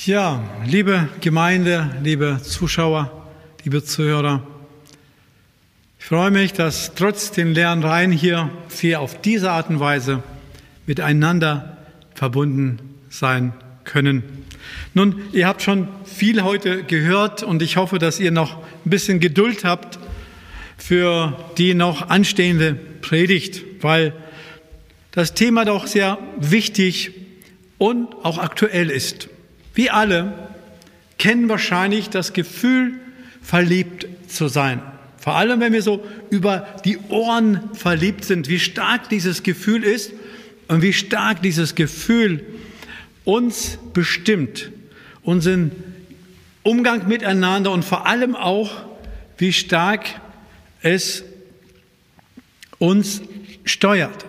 Ja, liebe Gemeinde, liebe Zuschauer, liebe Zuhörer, ich freue mich, dass trotz den leeren Reihen hier wir auf diese Art und Weise miteinander verbunden sein können. Nun, ihr habt schon viel heute gehört und ich hoffe, dass ihr noch ein bisschen Geduld habt für die noch anstehende Predigt, weil das Thema doch sehr wichtig und auch aktuell ist. Wir alle kennen wahrscheinlich das Gefühl, verliebt zu sein. Vor allem, wenn wir so über die Ohren verliebt sind, wie stark dieses Gefühl ist und wie stark dieses Gefühl uns bestimmt, unseren Umgang miteinander und vor allem auch, wie stark es uns steuert.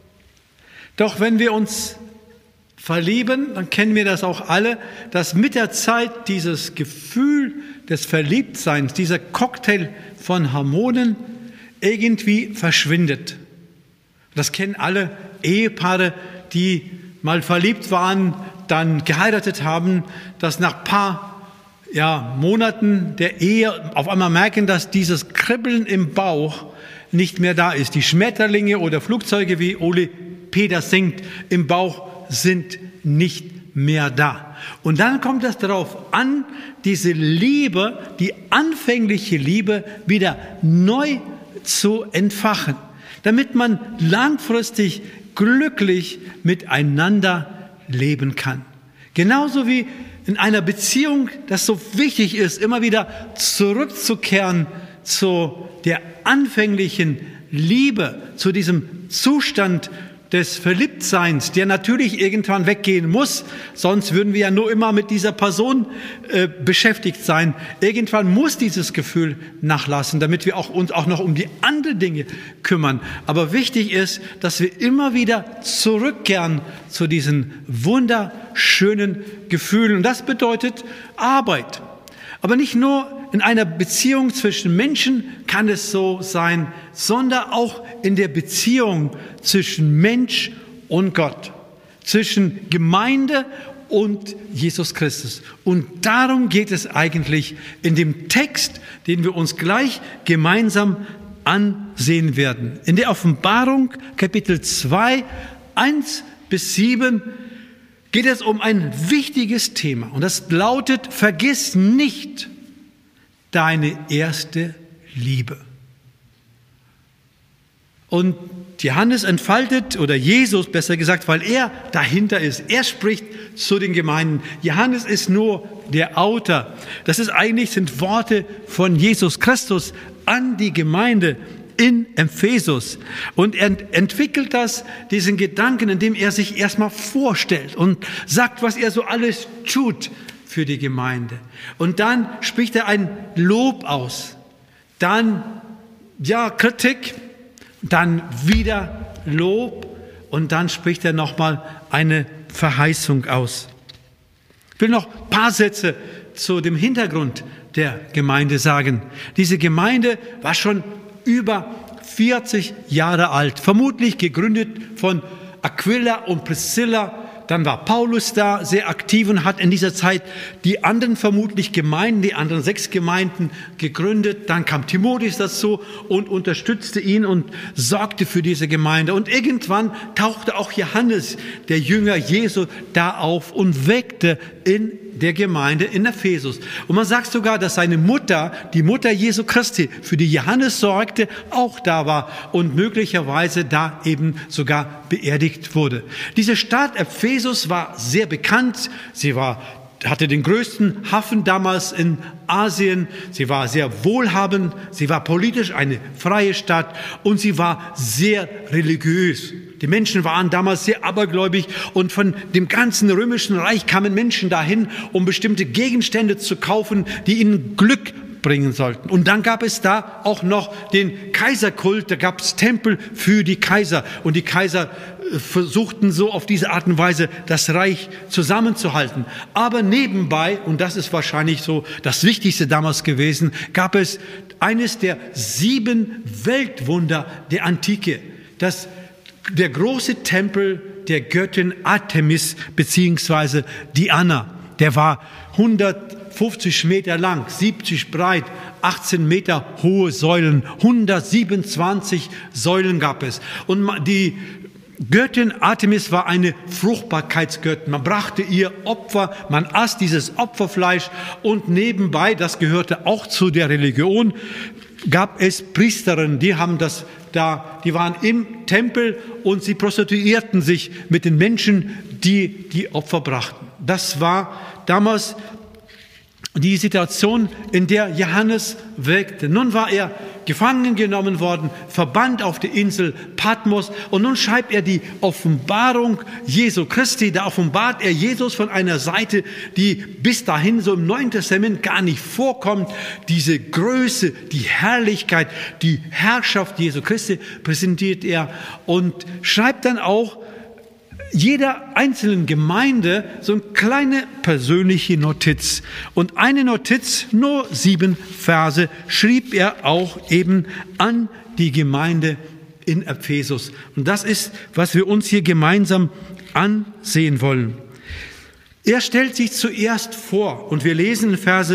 Doch wenn wir uns verlieben, dann kennen wir das auch alle, dass mit der Zeit dieses Gefühl des Verliebtseins, dieser Cocktail von Hormonen irgendwie verschwindet. Das kennen alle Ehepaare, die mal verliebt waren, dann geheiratet haben, dass nach ein paar Monaten der Ehe auf einmal merken, dass dieses Kribbeln im Bauch nicht mehr da ist. Die Schmetterlinge oder Flugzeuge, wie Ole Peter singt, im Bauch sind nicht mehr da. Und dann kommt es darauf an, diese Liebe, die anfängliche Liebe wieder neu zu entfachen, damit man langfristig glücklich miteinander leben kann. Genauso wie in einer Beziehung, das so wichtig ist, immer wieder zurückzukehren zu der anfänglichen Liebe, zu diesem Zustand des Verliebtseins, der natürlich irgendwann weggehen muss, sonst würden wir ja nur immer mit dieser Person beschäftigt sein. Irgendwann muss dieses Gefühl nachlassen, damit wir uns auch noch um die anderen Dinge kümmern. Aber wichtig ist, dass wir immer wieder zurückkehren zu diesen wunderschönen Gefühlen. Und das bedeutet Arbeit. Aber nicht nur in einer Beziehung zwischen Menschen kann es so sein, sondern auch in der Beziehung zwischen Mensch und Gott, zwischen Gemeinde und Jesus Christus. Und darum geht es eigentlich in dem Text, den wir uns gleich gemeinsam ansehen werden. In der Offenbarung, Kapitel 2, 1-7, geht es um ein wichtiges Thema. Und das lautet: Vergiss nicht deine erste Liebe. Und Johannes entfaltet, oder Jesus besser gesagt, weil er dahinter ist. Er spricht zu den Gemeinden. Johannes ist nur der Autor. Sind Worte von Jesus Christus an die Gemeinde in Ephesus. Und er entwickelt diesen Gedanken, indem er sich erstmal vorstellt und sagt, was er so alles tut für die Gemeinde. Und dann spricht er ein Lob aus. Dann, Kritik. Dann wieder Lob. Und dann spricht er nochmal eine Verheißung aus. Ich will noch ein paar Sätze zu dem Hintergrund der Gemeinde sagen. Diese Gemeinde war schon über 40 Jahre alt, vermutlich gegründet von Aquila und Priscilla. Dann war Paulus da sehr aktiv und hat in dieser Zeit die anderen vermutlich Gemeinden, die anderen 6 Gemeinden gegründet. Dann kam Timotheus dazu und unterstützte ihn und sorgte für diese Gemeinde. Und irgendwann tauchte auch Johannes, der Jünger Jesu, da auf und weckte in der Gemeinde in Ephesus. Und man sagt sogar, dass seine Mutter, die Mutter Jesu Christi, für die Johannes sorgte, auch da war und möglicherweise da eben sogar beerdigt wurde. Diese Stadt Ephesus war sehr bekannt. Sie hatte den größten Hafen damals in Asien. Sie war sehr wohlhabend. Sie war politisch eine freie Stadt und sie war sehr religiös. Die Menschen waren damals sehr abergläubig und von dem ganzen römischen Reich kamen Menschen dahin, um bestimmte Gegenstände zu kaufen, die ihnen Glück bringen sollten. Und dann gab es da auch noch den Kaiserkult, da gab es Tempel für die Kaiser. Und die Kaiser versuchten so auf diese Art und Weise das Reich zusammenzuhalten. Aber nebenbei, und das ist wahrscheinlich so das Wichtigste damals gewesen, gab es eines der 7 Weltwunder der Antike, der große Tempel der Göttin Artemis bzw. Diana. der war 150 Meter lang, 70 breit, 18 Meter hohe Säulen, 127 Säulen gab es. Und die Göttin Artemis war eine Fruchtbarkeitsgöttin. Man brachte ihr Opfer, man aß dieses Opferfleisch und nebenbei, das gehörte auch zu der Religion, gab es Priesterinnen, die waren im Tempel und sie prostituierten sich mit den Menschen, die Opfer brachten. Das war damals die Situation, in der Johannes wirkte. Nun war er gefangen genommen worden, verbannt auf die Insel Patmos und nun schreibt er die Offenbarung Jesu Christi. Da offenbart er Jesus von einer Seite, die bis dahin so im Neuen Testament gar nicht vorkommt. Diese Größe, die Herrlichkeit, die Herrschaft Jesu Christi präsentiert er und schreibt dann auch jeder einzelnen Gemeinde so eine kleine persönliche Notiz. Und eine Notiz, nur 7 Verse, schrieb er auch eben an die Gemeinde in Ephesus. Und das ist, was wir uns hier gemeinsam ansehen wollen. Er stellt sich zuerst vor und wir lesen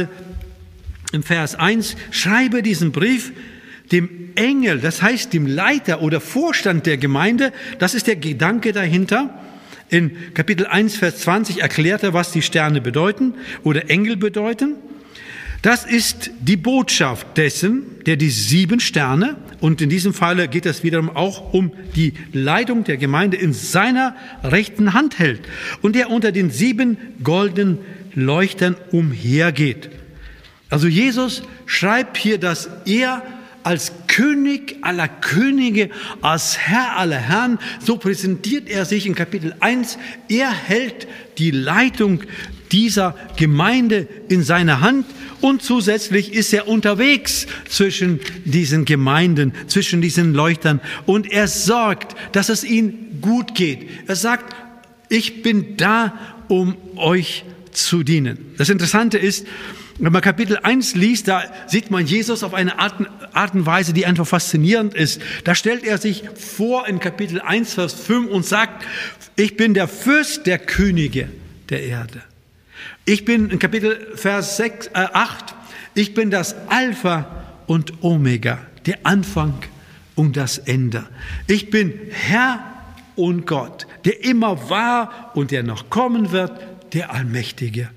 im Vers 1, schreibe diesen Brief dem Engel, das heißt dem Leiter oder Vorstand der Gemeinde, das ist der Gedanke dahinter. In Kapitel 1, Vers 20 erklärt er, was die Sterne bedeuten oder Engel bedeuten. Das ist die Botschaft dessen, der die 7 Sterne, und in diesem Falle geht es wiederum auch um die Leitung der Gemeinde, in seiner rechten Hand hält und der unter den 7 goldenen Leuchtern umhergeht. Also Jesus schreibt hier, dass er als König aller Könige, als Herr aller Herren, so präsentiert er sich in Kapitel 1. Er hält die Leitung dieser Gemeinde in seiner Hand und zusätzlich ist er unterwegs zwischen diesen Gemeinden, zwischen diesen Leuchtern und er sorgt, dass es ihnen gut geht. Er sagt, ich bin da, um euch zu dienen. Das Interessante ist, wenn man Kapitel 1 liest, da sieht man Jesus auf eine Art und Weise, die einfach faszinierend ist. Da stellt er sich vor in Kapitel 1, Vers 5 und sagt, ich bin der Fürst der Könige der Erde. Ich bin in Kapitel Vers 8, ich bin das Alpha und Omega, der Anfang und das Ende. Ich bin Herr und Gott, der immer war und der noch kommen wird, der Allmächtige.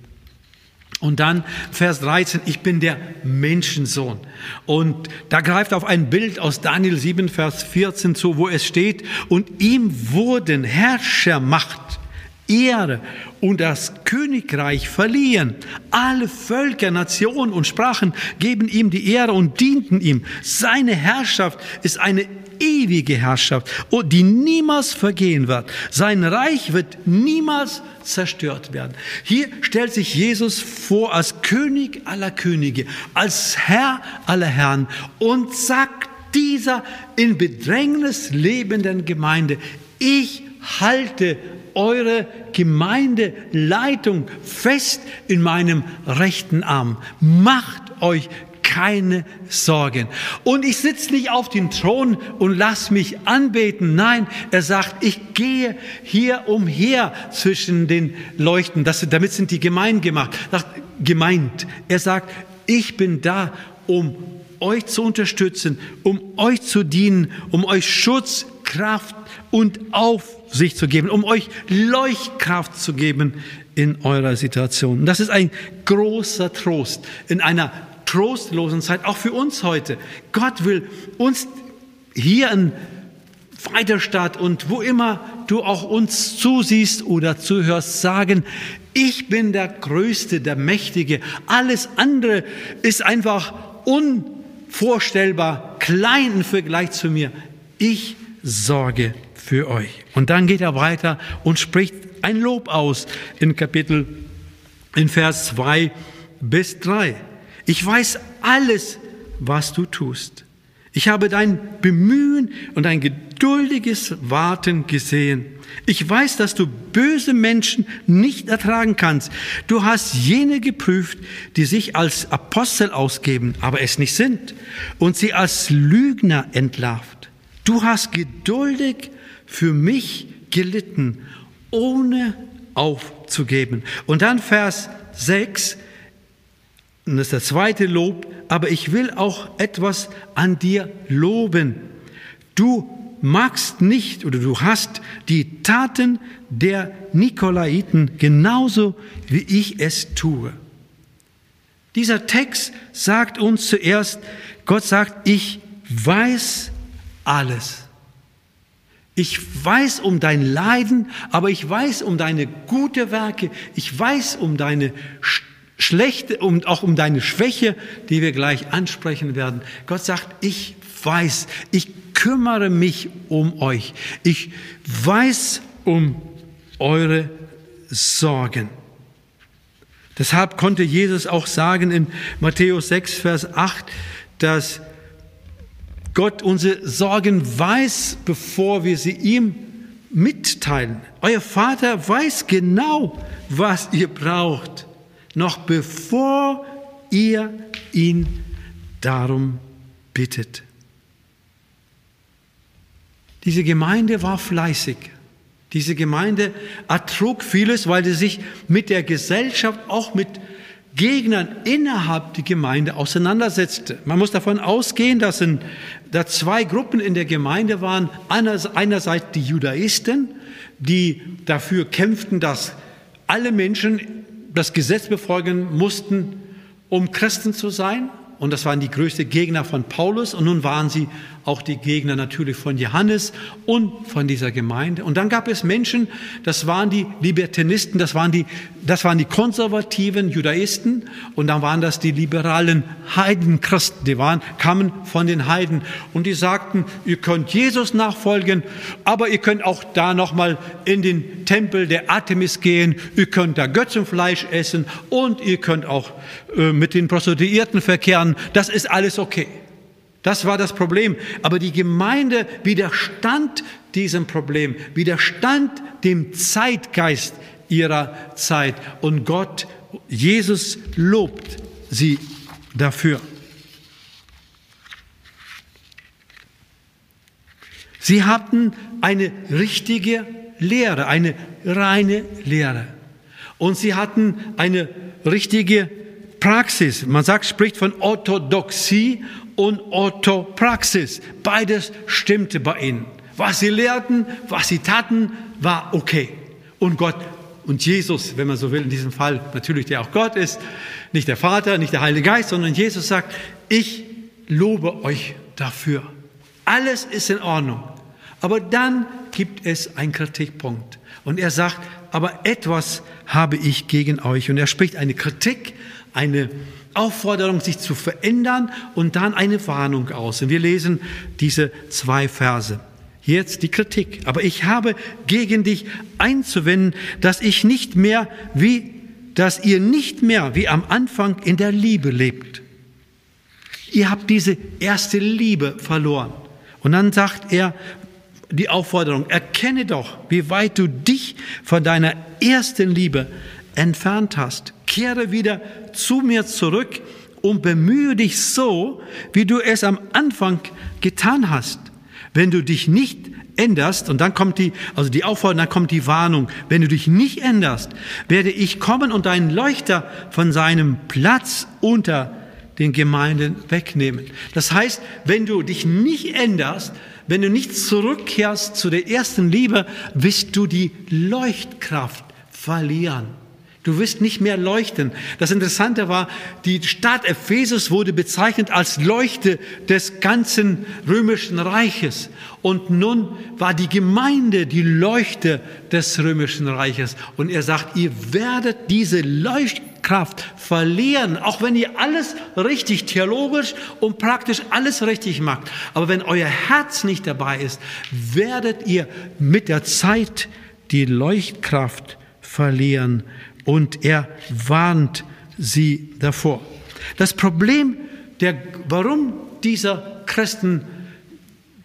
Und dann Vers 13, ich bin der Menschensohn. Und da greift auf ein Bild aus Daniel 7, Vers 14 zu, wo es steht, und ihm wurden Herrschermacht, Ehre und das Königreich verliehen. Alle Völker, Nationen und Sprachen geben ihm die Ehre und dienten ihm. Seine Herrschaft ist eine ewige Herrschaft, die niemals vergehen wird. Sein Reich wird niemals zerstört werden. Hier stellt sich Jesus vor als König aller Könige, als Herr aller Herren und sagt dieser in Bedrängnis lebenden Gemeinde, ich halte eure Gemeindeleitung fest in meinem rechten Arm. Macht euch keine Sorgen. Und ich sitze nicht auf dem Thron und lasse mich anbeten. Nein, er sagt, ich gehe hier umher zwischen den Leuchten. Damit sind die Gemeinden gemeint. Er sagt, ich bin da, um euch zu unterstützen, um euch zu dienen, um euch Schutz, Kraft und Aufsicht zu geben, um euch Leuchtkraft zu geben in eurer Situation. Und das ist ein großer Trost in einer trostlosen Zeit, auch für uns heute. Gott will uns hier in Weiterstadt und wo immer du auch uns zusiehst oder zuhörst, sagen, ich bin der Größte, der Mächtige. Alles andere ist einfach unvorstellbar klein im Vergleich zu mir. Ich sorge für euch. Und dann geht er weiter und spricht ein Lob aus in Vers 2 bis 3. Ich weiß alles, was du tust. Ich habe dein Bemühen und dein geduldiges Warten gesehen. Ich weiß, dass du böse Menschen nicht ertragen kannst. Du hast jene geprüft, die sich als Apostel ausgeben, aber es nicht sind, und sie als Lügner entlarvt. Du hast geduldig für mich gelitten, ohne aufzugeben. Und dann Vers 6, und das ist der zweite Lob, aber ich will auch etwas an dir loben. Du magst nicht oder du hast die Taten der Nikolaiten genauso wie ich es tue. Dieser Text sagt uns zuerst, Gott sagt, ich weiß alles. Ich weiß um dein Leiden, aber ich weiß um deine guten Werke. Ich weiß um deine schlechte und auch um deine Schwäche, die wir gleich ansprechen werden. Gott sagt, ich weiß, ich kümmere mich um euch. Ich weiß um eure Sorgen. Deshalb konnte Jesus auch sagen in Matthäus 6, Vers 8, dass Gott unsere Sorgen weiß, bevor wir sie ihm mitteilen. Euer Vater weiß genau, was ihr braucht, noch bevor ihr ihn darum bittet. Diese Gemeinde war fleißig. Diese Gemeinde ertrug vieles, weil sie sich mit der Gesellschaft, auch mit Gegnern innerhalb der Gemeinde auseinandersetzte. Man muss davon ausgehen, dass da zwei Gruppen in der Gemeinde waren. Einerseits die Judaisten, die dafür kämpften, dass alle Menschen das Gesetz befolgen mussten, um Christen zu sein. Und das waren die größten Gegner von Paulus. Und nun waren sie auch die Gegner natürlich von Johannes und von dieser Gemeinde. Und dann gab es Menschen, das waren die Libertinisten, das waren die konservativen Judaisten. Und dann waren das die liberalen Heidenchristen, kamen von den Heiden. Und die sagten, ihr könnt Jesus nachfolgen, aber ihr könnt auch da nochmal in den Tempel der Artemis gehen. Ihr könnt da Götzenfleisch essen und ihr könnt auch mit den Prostituierten verkehren. Das ist alles okay. Das war das Problem. Aber die Gemeinde widerstand diesem Problem, widerstand dem Zeitgeist ihrer Zeit. Und Gott, Jesus, lobt sie dafür. Sie hatten eine richtige Lehre, eine reine Lehre. Und sie hatten eine richtige Praxis. Man spricht von Orthodoxie und Orthopraxis. Beides stimmte bei ihnen. Was sie lehrten, was sie taten, war okay. Und Gott und Jesus, wenn man so will, in diesem Fall natürlich, der auch Gott ist, nicht der Vater, nicht der Heilige Geist, sondern Jesus sagt, ich lobe euch dafür. Alles ist in Ordnung. Aber dann gibt es einen Kritikpunkt. Und er sagt, aber etwas habe ich gegen euch. Und er spricht eine Kritik, eine Aufforderung, sich zu verändern und dann eine Warnung aus. Und wir lesen diese zwei Verse. Jetzt die Kritik. Aber ich habe gegen dich einzuwenden, dass ihr nicht mehr wie am Anfang in der Liebe lebt. Ihr habt diese erste Liebe verloren. Und dann sagt er, die Aufforderung, erkenne doch, wie weit du dich von deiner ersten Liebe entfernt hast. Kehre wieder zu mir zurück und bemühe dich so, wie du es am Anfang getan hast. Wenn du dich nicht änderst, und dann kommt die Aufforderung, dann kommt die Warnung. Wenn du dich nicht änderst, werde ich kommen und deinen Leuchter von seinem Platz unter den Gemeinden wegnehmen. Das heißt, wenn du dich nicht änderst, wenn du nicht zurückkehrst zu der ersten Liebe, wirst du die Leuchtkraft verlieren. Du wirst nicht mehr leuchten. Das Interessante war, die Stadt Ephesus wurde bezeichnet als Leuchte des ganzen römischen Reiches. Und nun war die Gemeinde die Leuchte des römischen Reiches. Und er sagt, ihr werdet diese Leuchtkraft verlieren, auch wenn ihr alles richtig theologisch und praktisch alles richtig macht. Aber wenn euer Herz nicht dabei ist, werdet ihr mit der Zeit die Leuchtkraft verlieren. Und er warnt sie davor. Das Problem, warum dieser Christen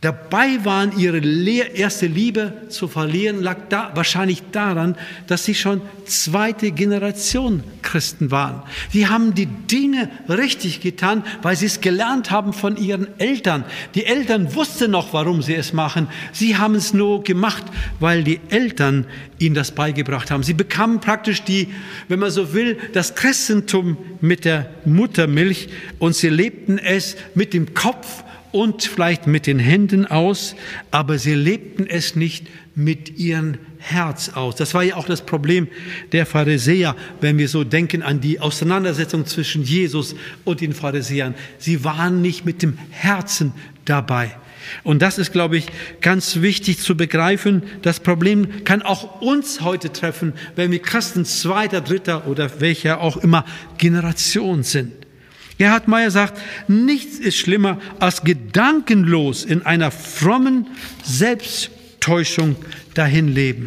dabei waren, ihre erste Liebe zu verlieren, lag wahrscheinlich daran, dass sie schon zweite Generation Christen waren. Sie haben die Dinge richtig getan, weil sie es gelernt haben von ihren Eltern. Die Eltern wussten noch, warum sie es machen. Sie haben es nur gemacht, weil die Eltern ihnen das beigebracht haben. Sie bekamen praktisch wenn man so will, das Christentum mit der Muttermilch und sie lebten es mit dem Kopf und vielleicht mit den Händen aus, aber sie lebten es nicht mit ihrem Herz aus. Das war ja auch das Problem der Pharisäer, wenn wir so denken an die Auseinandersetzung zwischen Jesus und den Pharisäern. Sie waren nicht mit dem Herzen dabei. Und das ist, glaube ich, ganz wichtig zu begreifen. Das Problem kann auch uns heute treffen, wenn wir Christen zweiter, dritter oder welcher auch immer Generation sind. Gerhard Meyer sagt, nichts ist schlimmer als gedankenlos in einer frommen Selbsttäuschung dahinleben.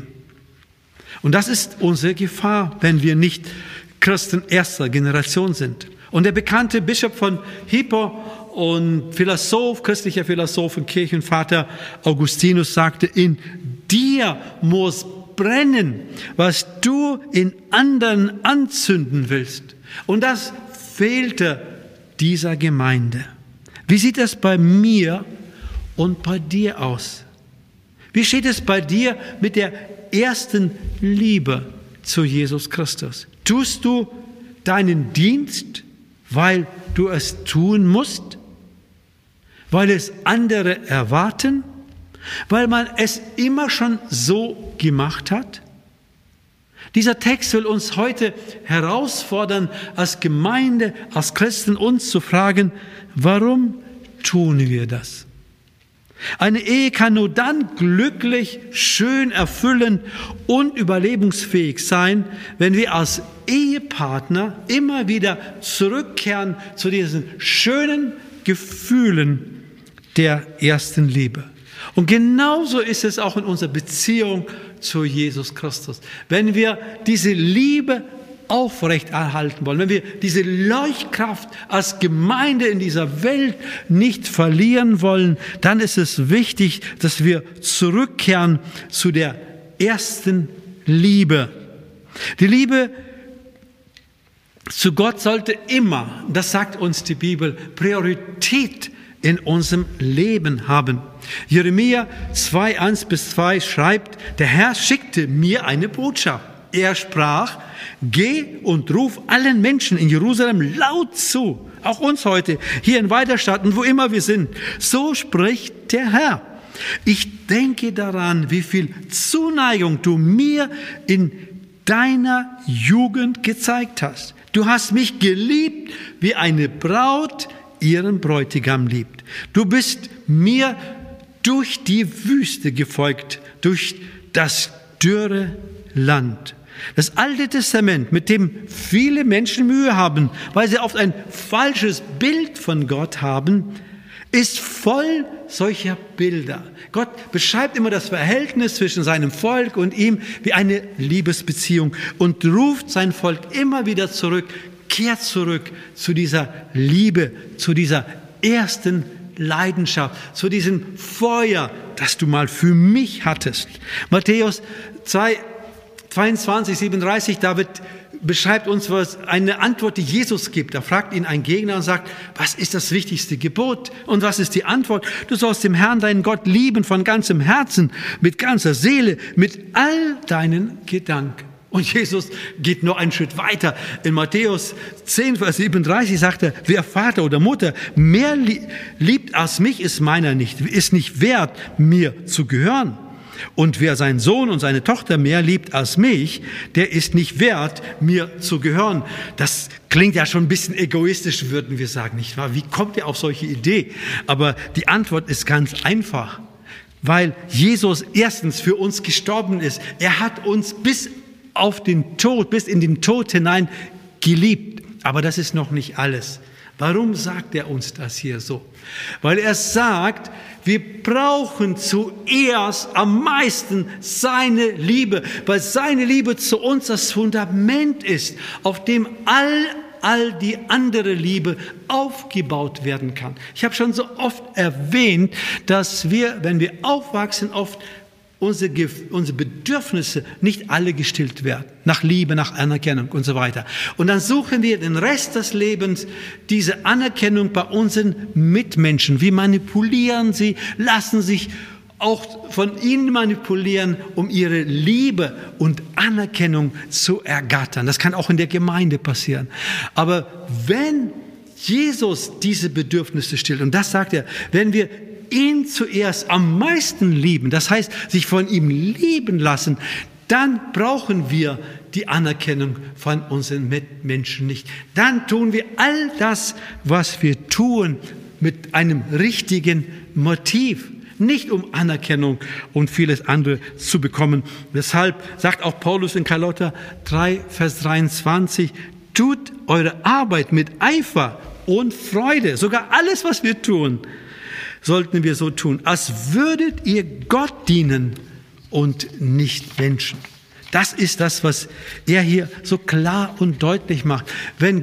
Und das ist unsere Gefahr, wenn wir nicht Christen erster Generation sind. Und der bekannte Bischof von Hippo und Philosoph, christlicher Philosoph und Kirchenvater Augustinus sagte, in dir muss brennen, was du in anderen anzünden willst. Und das fehlte dieser Gemeinde. Wie sieht es bei mir und bei dir aus? Wie steht es bei dir mit der ersten Liebe zu Jesus Christus? Tust du deinen Dienst, weil du es tun musst? Weil es andere erwarten? Weil man es immer schon so gemacht hat? Dieser Text will uns heute herausfordern, als Gemeinde, als Christen uns zu fragen, warum tun wir das? Eine Ehe kann nur dann glücklich, schön, erfüllend und überlebensfähig sein, wenn wir als Ehepartner immer wieder zurückkehren zu diesen schönen Gefühlen der ersten Liebe. Und genauso ist es auch in unserer Beziehung zu Jesus Christus. Wenn wir diese Liebe aufrechterhalten wollen, wenn wir diese Leuchtkraft als Gemeinde in dieser Welt nicht verlieren wollen, dann ist es wichtig, dass wir zurückkehren zu der ersten Liebe. Die Liebe zu Gott sollte immer, das sagt uns die Bibel, Priorität in unserem Leben haben. Jeremia 2, 1-2 schreibt, der Herr schickte mir eine Botschaft. Er sprach, geh und ruf allen Menschen in Jerusalem laut zu, auch uns heute, hier in Weiderstadt und wo immer wir sind. So spricht der Herr. Ich denke daran, wie viel Zuneigung du mir in deiner Jugend gezeigt hast. Du hast mich geliebt, wie eine Braut ihren Bräutigam liebt. Du bist mir durch die Wüste gefolgt, durch das dürre Land. Das Alte Testament, mit dem viele Menschen Mühe haben, weil sie oft ein falsches Bild von Gott haben, ist voll solcher Bilder. Gott beschreibt immer das Verhältnis zwischen seinem Volk und ihm wie eine Liebesbeziehung und ruft sein Volk immer wieder zurück, kehrt zurück zu dieser Liebe, zu dieser ersten Leidenschaft, zu diesem Feuer, das du mal für mich hattest. Matthäus 22, 37, David beschreibt uns eine Antwort, die Jesus gibt. Da fragt ihn ein Gegner und sagt, was ist das wichtigste Gebot? Und was ist die Antwort? Du sollst den Herrn, deinen Gott, lieben von ganzem Herzen, mit ganzer Seele, mit all deinen Gedanken. Und Jesus geht noch einen Schritt weiter. In Matthäus 10, Vers 37 sagt er, wer Vater oder Mutter mehr liebt als mich, ist nicht wert, mir zu gehören. Und wer seinen Sohn und seine Tochter mehr liebt als mich, der ist nicht wert, mir zu gehören. Das klingt ja schon ein bisschen egoistisch, würden wir sagen, nicht wahr? Wie kommt ihr auf solche Idee? Aber die Antwort ist ganz einfach. Weil Jesus erstens für uns gestorben ist. Er hat uns bis in den Tod hinein geliebt. Aber das ist noch nicht alles. Warum sagt er uns das hier so? Weil er sagt, wir brauchen zuerst am meisten seine Liebe, weil seine Liebe zu uns das Fundament ist, auf dem all all die andere Liebe aufgebaut werden kann. Ich habe schon so oft erwähnt, dass wir, wenn wir aufwachsen, oft unsere Bedürfnisse nicht alle gestillt werden. Nach Liebe, nach Anerkennung und so weiter. Und dann suchen wir den Rest des Lebens diese Anerkennung bei unseren Mitmenschen. Wir manipulieren sie, lassen sich auch von ihnen manipulieren, um ihre Liebe und Anerkennung zu ergattern. Das kann auch in der Gemeinde passieren. Aber wenn Jesus diese Bedürfnisse stillt, und das sagt er, wenn wir ihn zuerst am meisten lieben, das heißt, sich von ihm lieben lassen, dann brauchen wir die Anerkennung von unseren Mitmenschen nicht. Dann tun wir all das, was wir tun, mit einem richtigen Motiv. Nicht um Anerkennung und vieles andere zu bekommen. Deshalb sagt auch Paulus in Galater 3, Vers 23, tut eure Arbeit mit Eifer und Freude. Sogar alles, was wir tun, sollten wir so tun, als würdet ihr Gott dienen und nicht Menschen. Das ist das, was er hier so klar und deutlich macht. Wenn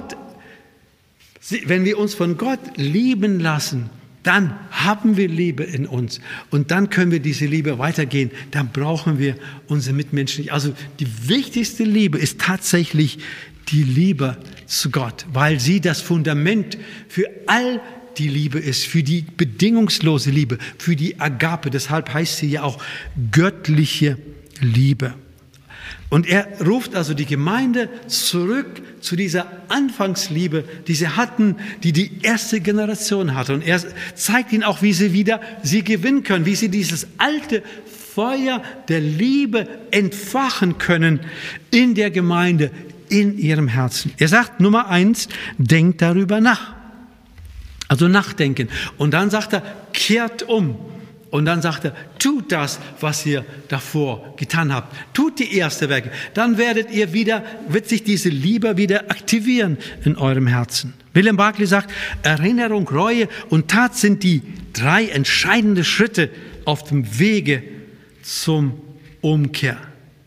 wir uns von Gott lieben lassen, dann haben wir Liebe in uns und dann können wir diese Liebe weitergehen. Dann brauchen wir unsere Mitmenschen nicht. Also die wichtigste Liebe ist tatsächlich die Liebe zu Gott, weil sie das Fundament für all die Liebe ist, für die bedingungslose Liebe, für die Agape. Deshalb heißt sie ja auch göttliche Liebe. Und er ruft also die Gemeinde zurück zu dieser Anfangsliebe, die sie hatten, die die erste Generation hatte. Und er zeigt ihnen auch, wie sie wieder sie gewinnen können, wie sie dieses alte Feuer der Liebe entfachen können in der Gemeinde, in ihrem Herzen. Er sagt, Nummer 1, denkt darüber nach. Also nachdenken. Und dann sagt er, kehrt um. Und dann sagt er, tut das, was ihr davor getan habt. Tut die ersten Werke. Dann wird sich diese Liebe wieder aktivieren in eurem Herzen. William Barclay sagt, Erinnerung, Reue und Tat sind die 3 entscheidenden Schritte auf dem Wege zum Umkehr.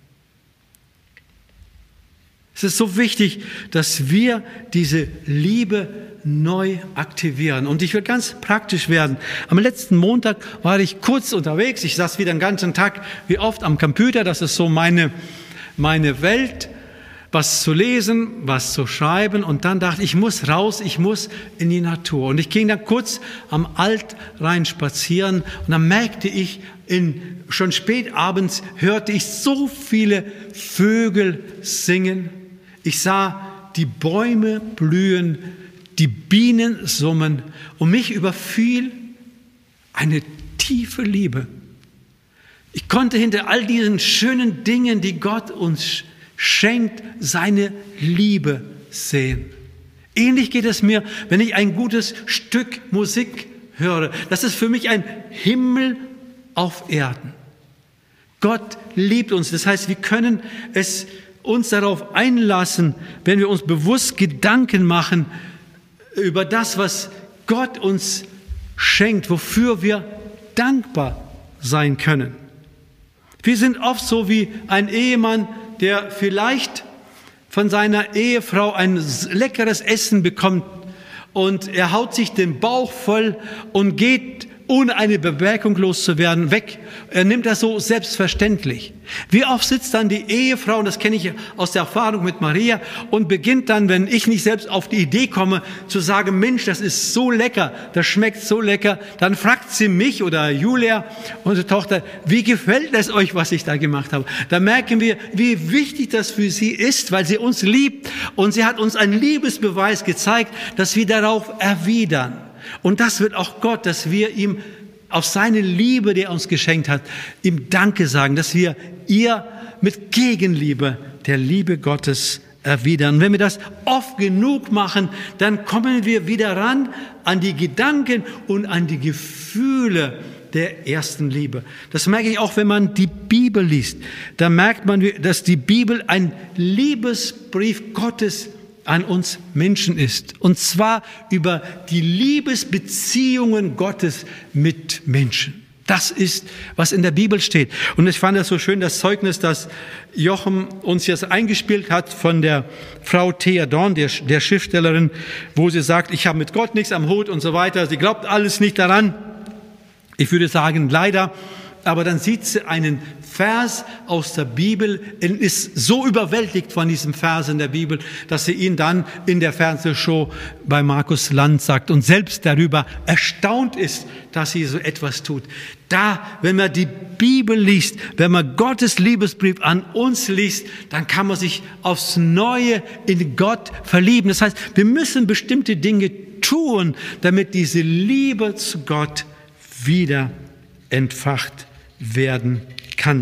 Es ist so wichtig, dass wir diese Liebe neu aktivieren. Und ich will ganz praktisch werden. Am letzten Montag war ich kurz unterwegs. Ich saß wieder den ganzen Tag wie oft am Computer. Das ist so meine Welt, was zu lesen, was zu schreiben. Und dann dachte ich, ich muss raus, ich muss in die Natur. Und ich ging dann kurz am Altrhein spazieren. Und dann merkte ich, schon spät abends hörte ich so viele Vögel singen. Ich sah die Bäume blühen, die Bienen summen und mich überfiel eine tiefe Liebe. Ich konnte hinter all diesen schönen Dingen, die Gott uns schenkt, seine Liebe sehen. Ähnlich geht es mir, wenn ich ein gutes Stück Musik höre. Das ist für mich ein Himmel auf Erden. Gott liebt uns. Das heißt, wir können uns darauf einlassen, wenn wir uns bewusst Gedanken machen über das, was Gott uns schenkt, wofür wir dankbar sein können. Wir sind oft so wie ein Ehemann, der vielleicht von seiner Ehefrau ein leckeres Essen bekommt und er haut sich den Bauch voll und geht, ohne eine Bemerkung loszuwerden, weg. Er nimmt das so selbstverständlich. Wie oft sitzt dann die Ehefrau, und das kenne ich aus der Erfahrung mit Maria, und beginnt dann, wenn ich nicht selbst auf die Idee komme, zu sagen, Mensch, das ist so lecker, das schmeckt so lecker, dann fragt sie mich oder Julia, unsere Tochter, wie gefällt es euch, was ich da gemacht habe? Da merken wir, wie wichtig das für sie ist, weil sie uns liebt und sie hat uns einen Liebesbeweis gezeigt, dass wir darauf erwidern. Und das wird auch Gott, dass wir ihm auf seine Liebe, die er uns geschenkt hat, ihm Danke sagen, dass wir ihr mit Gegenliebe der Liebe Gottes erwidern. Und wenn wir das oft genug machen, dann kommen wir wieder ran an die Gedanken und an die Gefühle der ersten Liebe. Das merke ich auch, wenn man die Bibel liest. Da merkt man, dass die Bibel ein Liebesbrief Gottes an uns Menschen ist. Und zwar über die Liebesbeziehungen Gottes mit Menschen. Das ist, was in der Bibel steht. Und ich fand das so schön, das Zeugnis, das Jochen uns jetzt eingespielt hat von der Frau Thea Dorn, der Schriftstellerin, wo sie sagt, ich habe mit Gott nichts am Hut und so weiter. Sie glaubt alles nicht daran. Ich würde sagen, leider. Aber dann sieht sie einen Vers aus der Bibel und ist so überwältigt von diesem Vers in der Bibel, dass sie ihn dann in der Fernsehshow bei Markus Lanz sagt und selbst darüber erstaunt ist, dass sie so etwas tut. Da, wenn man die Bibel liest, wenn man Gottes Liebesbrief an uns liest, dann kann man sich aufs Neue in Gott verlieben. Das heißt, wir müssen bestimmte Dinge tun, damit diese Liebe zu Gott wieder entfacht werden kann.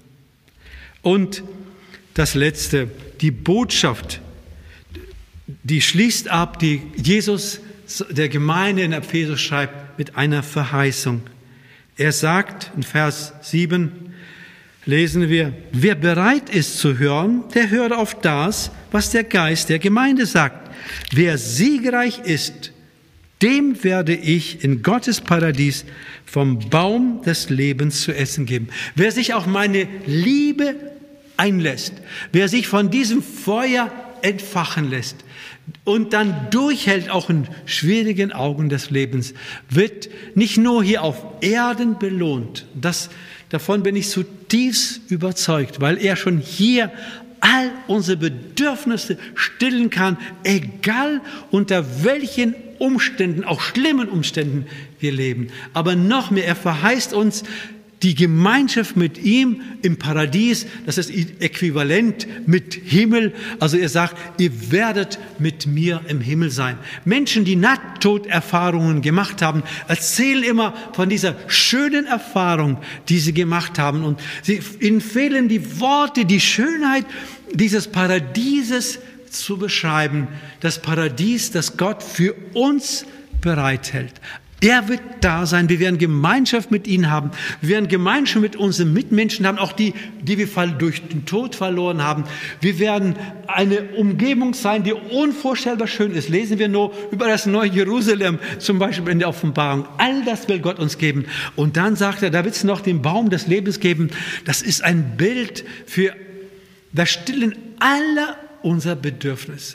Und das Letzte, die Botschaft, die schließt ab, die Jesus der Gemeinde in Ephesus schreibt, mit einer Verheißung. Er sagt in Vers 7, lesen wir, wer bereit ist zu hören, der höre auf das, was der Geist der Gemeinde sagt. Wer siegreich ist, dem werde ich in Gottes Paradies vom Baum des Lebens zu essen geben. Wer sich auf meine Liebe einlässt, wer sich von diesem Feuer entfachen lässt und dann durchhält, auch in schwierigen Augen des Lebens, wird nicht nur hier auf Erden belohnt. Davon bin ich zutiefst überzeugt, weil er schon hier all unsere Bedürfnisse stillen kann, egal unter welchen Umständen, auch schlimmen Umständen wir leben. Aber noch mehr, er verheißt uns die Gemeinschaft mit ihm im Paradies, das ist äquivalent mit Himmel. Also er sagt, ihr werdet mit mir im Himmel sein. Menschen, die Nahtoderfahrungen gemacht haben, erzählen immer von dieser schönen Erfahrung, die sie gemacht haben. Und ihnen fehlen die Worte, die Schönheit dieses Paradieses zu beschreiben. Das Paradies, das Gott für uns bereithält. Er wird da sein, wir werden Gemeinschaft mit ihm haben, wir werden Gemeinschaft mit unseren Mitmenschen haben, auch die wir durch den Tod verloren haben. Wir werden eine Umgebung sein, die unvorstellbar schön ist. Lesen wir nur über das neue Jerusalem, zum Beispiel in der Offenbarung. All das will Gott uns geben. Und dann sagt er, da wird es noch den Baum des Lebens geben. Das ist ein Bild für das Stillen aller unserer Bedürfnisse.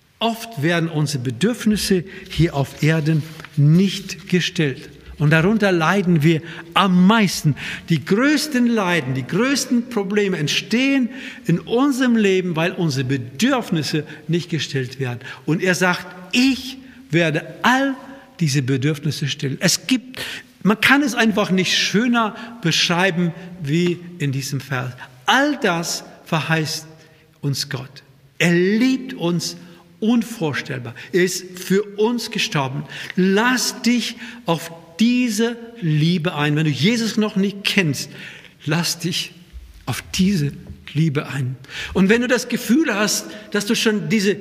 Oft werden unsere Bedürfnisse hier auf Erden nicht gestillt. Und darunter leiden wir am meisten. Die größten Leiden, die größten Probleme entstehen in unserem Leben, weil unsere Bedürfnisse nicht gestillt werden. Und er sagt, ich werde all diese Bedürfnisse stillen. Man kann es einfach nicht schöner beschreiben wie in diesem Vers. All das verheißt uns Gott. Er liebt uns unvorstellbar. Er ist für uns gestorben. Lass dich auf diese Liebe ein. Wenn du Jesus noch nicht kennst, lass dich auf diese Liebe ein. Und wenn du das Gefühl hast, dass du schon diese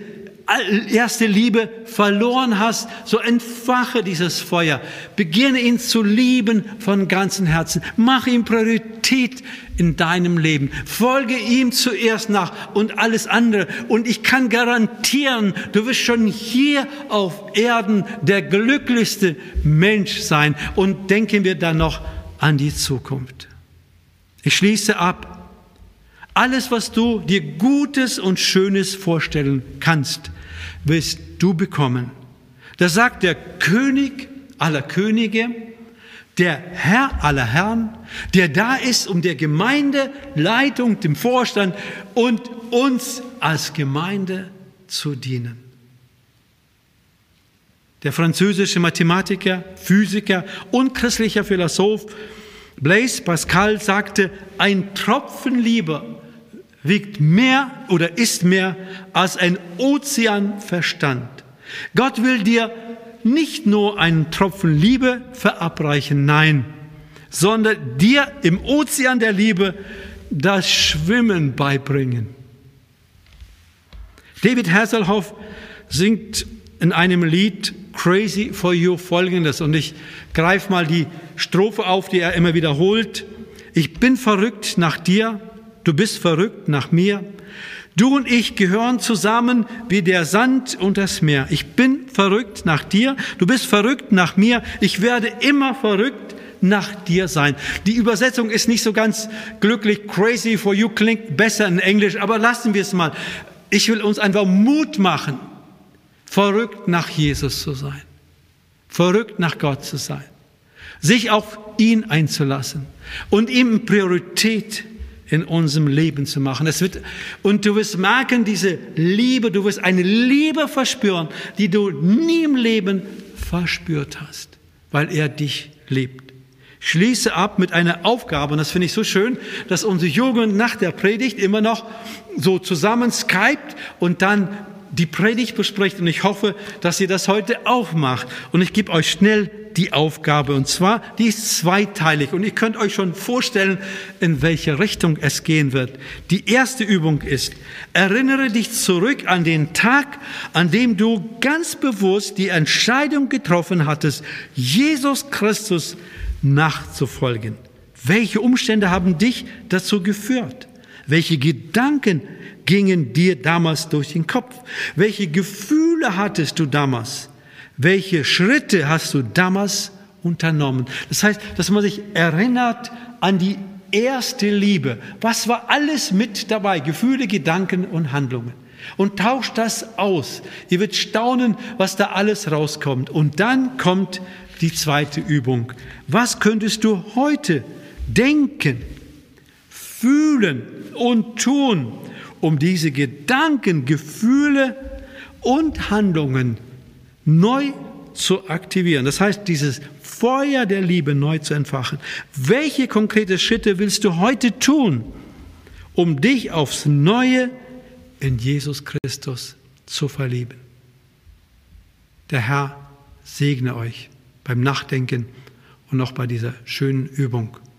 erste Liebe verloren hast, so entfache dieses Feuer. Beginne ihn zu lieben von ganzem Herzen. Mach ihm Priorität in deinem Leben. Folge ihm zuerst nach und alles andere. Und ich kann garantieren, du wirst schon hier auf Erden der glücklichste Mensch sein. Und denken wir dann noch an die Zukunft. Ich schließe ab. Alles, was du dir Gutes und Schönes vorstellen kannst, wirst du bekommen. Das sagt der König aller Könige, der Herr aller Herren, der da ist, um der Gemeindeleitung, dem Vorstand und uns als Gemeinde zu dienen. Der französische Mathematiker, Physiker und christlicher Philosoph Blaise Pascal sagte, ein Tropfen Liebe wiegt mehr oder ist mehr als ein Ozean Verstand. Gott will dir nicht nur einen Tropfen Liebe verabreichen, nein, sondern dir im Ozean der Liebe das Schwimmen beibringen. David Hasselhoff singt in einem Lied Crazy for You Folgendes, und ich greife mal die Strophe auf, die er immer wiederholt. Ich bin verrückt nach dir, du bist verrückt nach mir. Du und ich gehören zusammen wie der Sand und das Meer. Ich bin verrückt nach dir, du bist verrückt nach mir. Ich werde immer verrückt nach dir sein. Die Übersetzung ist nicht so ganz glücklich. Crazy for you klingt besser in Englisch, aber lassen wir es mal. Ich will uns einfach Mut machen, verrückt nach Jesus zu sein, verrückt nach Gott zu sein, sich auf ihn einzulassen und ihm Priorität in unserem Leben zu machen. Und du wirst merken, diese Liebe, du wirst eine Liebe verspüren, die du nie im Leben verspürt hast, weil er dich liebt. Schließe ab mit einer Aufgabe, und das finde ich so schön, dass unsere Jugend nach der Predigt immer noch so zusammen skypt und dann die Predigt bespricht. Und ich hoffe, dass ihr das heute auch macht. Und ich gebe euch schnell die Aufgabe. Und zwar, die ist zweiteilig. Und ihr könnt euch schon vorstellen, in welche Richtung es gehen wird. Die erste Übung ist, erinnere dich zurück an den Tag, an dem du ganz bewusst die Entscheidung getroffen hattest, Jesus Christus nachzufolgen. Welche Umstände haben dich dazu geführt? Welche Gedanken gingen dir damals durch den Kopf? Welche Gefühle hattest du damals? Welche Schritte hast du damals unternommen? Das heißt, dass man sich erinnert an die erste Liebe. Was war alles mit dabei? Gefühle, Gedanken und Handlungen. Und tauscht das aus. Ihr werdet staunen, was da alles rauskommt. Und dann kommt die zweite Übung. Was könntest du heute denken, fühlen und tun, um diese Gedanken, Gefühle und Handlungen neu zu aktivieren? Das heißt, dieses Feuer der Liebe neu zu entfachen. Welche konkrete Schritte willst du heute tun, um dich aufs Neue in Jesus Christus zu verlieben? Der Herr segne euch beim Nachdenken und auch bei dieser schönen Übung.